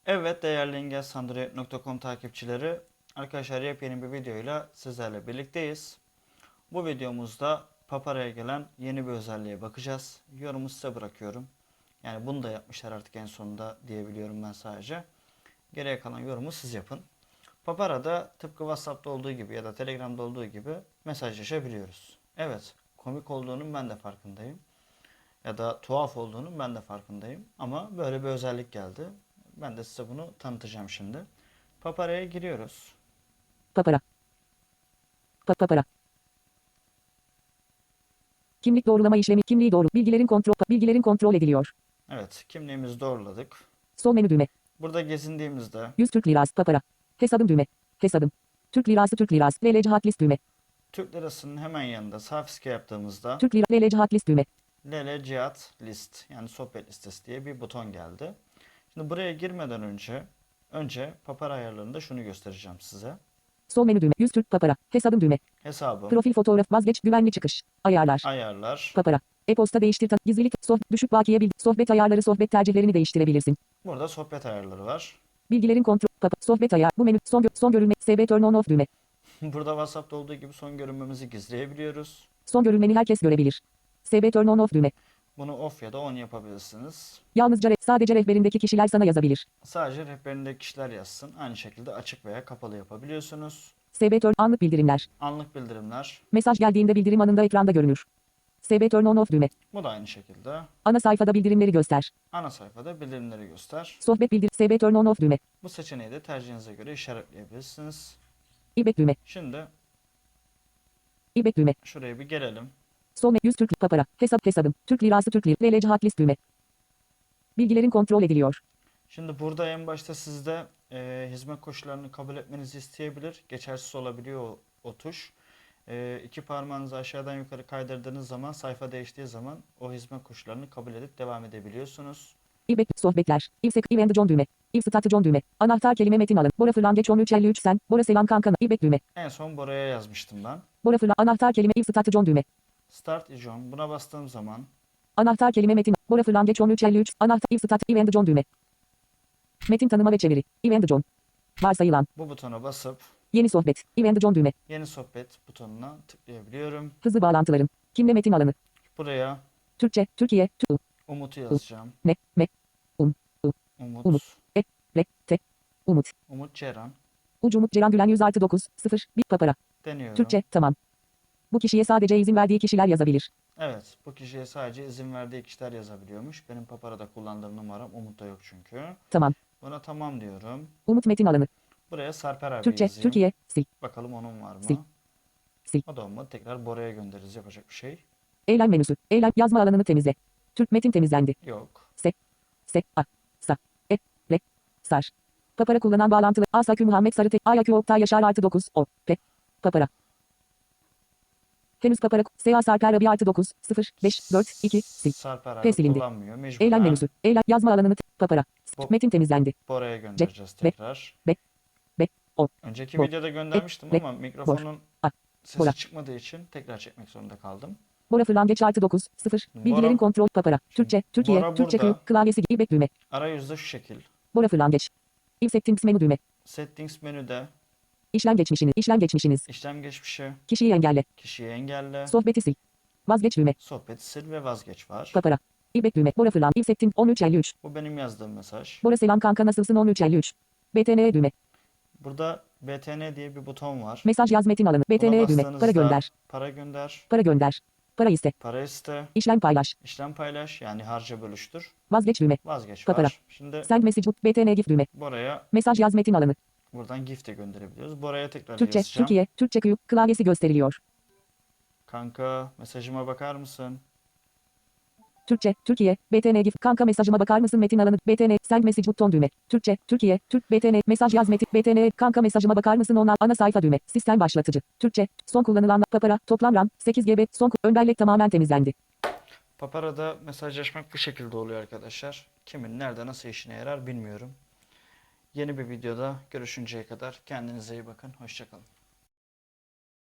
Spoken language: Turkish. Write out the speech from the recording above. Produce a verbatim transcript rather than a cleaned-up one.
Evet değerli engels android nokta com takipçileri, arkadaşlar yepyeni bir videoyla sizlerle birlikteyiz. Bu videomuzda Papara'ya gelen yeni bir özelliğe bakacağız. Yorumu size bırakıyorum. Yani bunu da yapmışlar artık en sonunda diyebiliyorum ben sadece. Geriye kalan yorumu siz yapın. Papara'da tıpkı WhatsApp'ta olduğu gibi ya da Telegram'da olduğu gibi mesajlaşabiliyoruz. Evet, komik olduğunun ben de farkındayım. Ya da tuhaf olduğunun ben de farkındayım. Ama böyle bir özellik geldi. Ben de size bunu tanıtacağım şimdi. Papara'ya giriyoruz. Papara. Pa- Papara. Kimlik doğrulama işlemi. Kimliği doğru. Bilgilerin kontrol. Bilgilerin kontrol ediliyor. Evet, kimliğimizi doğruladık. Sol menü düğme. Burada gezindiğimizde yüz Türk lirası. Papara. Hesabım düğme. Hesabım. Türk lirası Türk lirası. L L C hot list düğme. Türk lirasının hemen yanında sağ fiske yaptığımızda Türk lira L L C hot list düğme. L L Cihat List yani sohbet listesi diye bir buton geldi. Şimdi buraya girmeden önce önce Papara ayarlarında şunu göstereceğim size. Sol menü düğme. yüz Türk papara. Hesabım düğme. Hesabım, Profil fotoğraf vazgeç güvenli çıkış. Ayarlar. ayarlar. Papara. E-posta değiştir. ta- Gizlilik. Soh düşük bakiye bil. Sohbet ayarları. Sohbet tercihlerini değiştirebilirsin. Burada sohbet ayarları var. Bilgilerin kontrol. Papa. Sohbet ayar. Bu menü. Son, gö son görülme. S B turn on off düğme. Burada WhatsApp'ta olduğu gibi son görünmemizi gizleyebiliyoruz. Son görülmeni herkes görebilir. S B turn on off düğme. Bunu off ya da on yapabilirsiniz. Yalnızca re- sadece rehberindeki kişiler sana yazabilir. Sadece rehberindeki kişiler yazsın. Aynı şekilde açık veya kapalı yapabiliyorsunuz. S B turn anlık bildirimler. Anlık bildirimler. Mesaj geldiğinde bildirim anında ekranda görünür. S B turn on off düğme. Bu da aynı şekilde. Ana sayfada bildirimleri göster. Ana sayfada bildirimleri göster. Sohbet bildir. S B turn on off düğme. Bu seçeneği de tercihinize göre işaretleyebilirsiniz. İbek düğme. Şimdi İbek düğme. şuraya bir gelelim. Sol me yüz Türk papara. Hesap hesabım. Türk lirası Türk lirası. L L C hot list düğme. Bilgilerin kontrol ediliyor. Şimdi burada en başta sizde e, hizmet koşullarını kabul etmenizi isteyebilir. Geçersiz olabiliyor o, o tuş. E, iki parmağınızı aşağıdan yukarı kaydırdığınız zaman sayfa değiştiği zaman o hizmet koşullarını kabul edip devam edebiliyorsunuz. İbek sohbetler. İvsek event John düğme. İv start John düğme. Anahtar kelime metin alın. Bora fırlan geç on üç elli üç sen. Bora selam kankana. İbek düğme. En son buraya yazmıştım ben. Bora fırlan anahtar kelime İv start John düğme. Start ijon. Buna bastığım zaman Anahtar kelime metin. Bora fırlan geç on üç elli üç. Anahtar İv start event John düğme. Metin tanıma ve çeviri. Event John. Varsayılan. bu butona basıp Yeni sohbet. Event John düğme. yeni sohbet butonuna tıklayabiliyorum. Hızlı bağlantıların. Kimle metin alanı. Buraya Türkçe. Türkiye. Tu. Umut'u yazacağım. Ne. Me. Um. U. Umut. Umut. E. Re. Te. Umut. Umut Ceren. Ucu Umut Ceren Gülen yüz artı dokuz. sıfır. Bir papara. Deniyorum. Türkçe. Tamam. Bu kişiye sadece izin verdiği kişiler yazabilir. Evet, bu kişiye sadece izin verdiği kişiler yazabiliyormuş. Benim Papara'da kullandığım numaram Umut'ta yok çünkü. Tamam. Buna tamam diyorum. Umut metin alanı. Buraya Sarper abi Türkçe. yazayım. Türkiye. Sil. Bakalım onun var mı? Sil. Sil. O da olmadı. Tekrar Bora'ya göndeririz. Yapacak bir şey Eylem menüsü. Eylem yazma alanını temizle. Türk metin temizlendi. yok. Se. Se. A. Sa. E. Re. Sar. Papara kullanan bağlantılı. A. Sakü Muhammed Sarıtek. A. Yakü Oktay Yaşar artı dokuz. O. P. Papara. Henüz papara. S. A. Sarper Abi artı dokuz. sıfır. beş. dört. iki. Sil. Sarper P abi silindi. kullanmıyor. Mecburen Eylem menüsü. Eylem yazma alanını. te- Papara. Bu- Metin temizlendi. Bora'ya göndereceğiz be- tekrar. Be. Be. O. Önceki Bo- videoda göndermiştim e- ama mikrofonun A. sesi Bora. çıkmadığı için tekrar çekmek zorunda kaldım. Bora fırlan geç artı dokuz. sıfır. Bilgilerin Bora- kontrol. Papara. Türkçe. Türkiye. Bora Türkçe burada. Q. Klavyesi. İbek düğme. Arayüzde şu şekil. Bora fırlan geç. If settings menü düğme. Settings menüde İşlem geçmişiniz. İşlem geçmişiniz. işlem geçmişi, Kişiyi engelle. kişiyi engelle, Sohbeti sil. Vazgeç düğme. sohbeti sil ve vazgeç var. Papara. İbek düğme. Bora fırlan. If setting on üç elli üç. Bu benim yazdığım mesaj. Bora selam kanka nasılsın on üç elli üç. B T N düğme. Burada B T N diye bir buton var. Mesaj yaz metin alanı. B T Buna N düğme. Para bastığınızda gönder. Para gönder, Para gönder. Para iste. para iste, İşlem paylaş. işlem paylaş yani harca bölüştür, Vazgeç düğme. vazgeç Papara. var. Şimdi Send message B T N gif düğme. buraya Mesaj yaz metin alanı. buradan GIF de gönderebiliyoruz. Buraya tekrar Türkçe. yazacağım. Türkiye. Türkçe Q. Klavyesi gösteriliyor. Kanka mesajıma bakar mısın? Türkçe, Türkiye, B T N gif, kanka mesajıma bakar mısın metin alanı, B T N, send message buton düğme, Türkçe, Türkiye, Türk, B T N, mesaj yaz metin, B T N, kanka mesajıma bakar mısın ona, ana sayfa düğme, sistem başlatıcı, Türkçe, son kullanılan, papara, toplam RAM, sekiz gigabayt, son, ön bellek tamamen temizlendi. Papara'da mesajlaşmak bu şekilde oluyor arkadaşlar. Kimin nerede nasıl işine yarar bilmiyorum. Yeni bir videoda görüşünceye kadar kendinize iyi bakın. Hoşça kalın.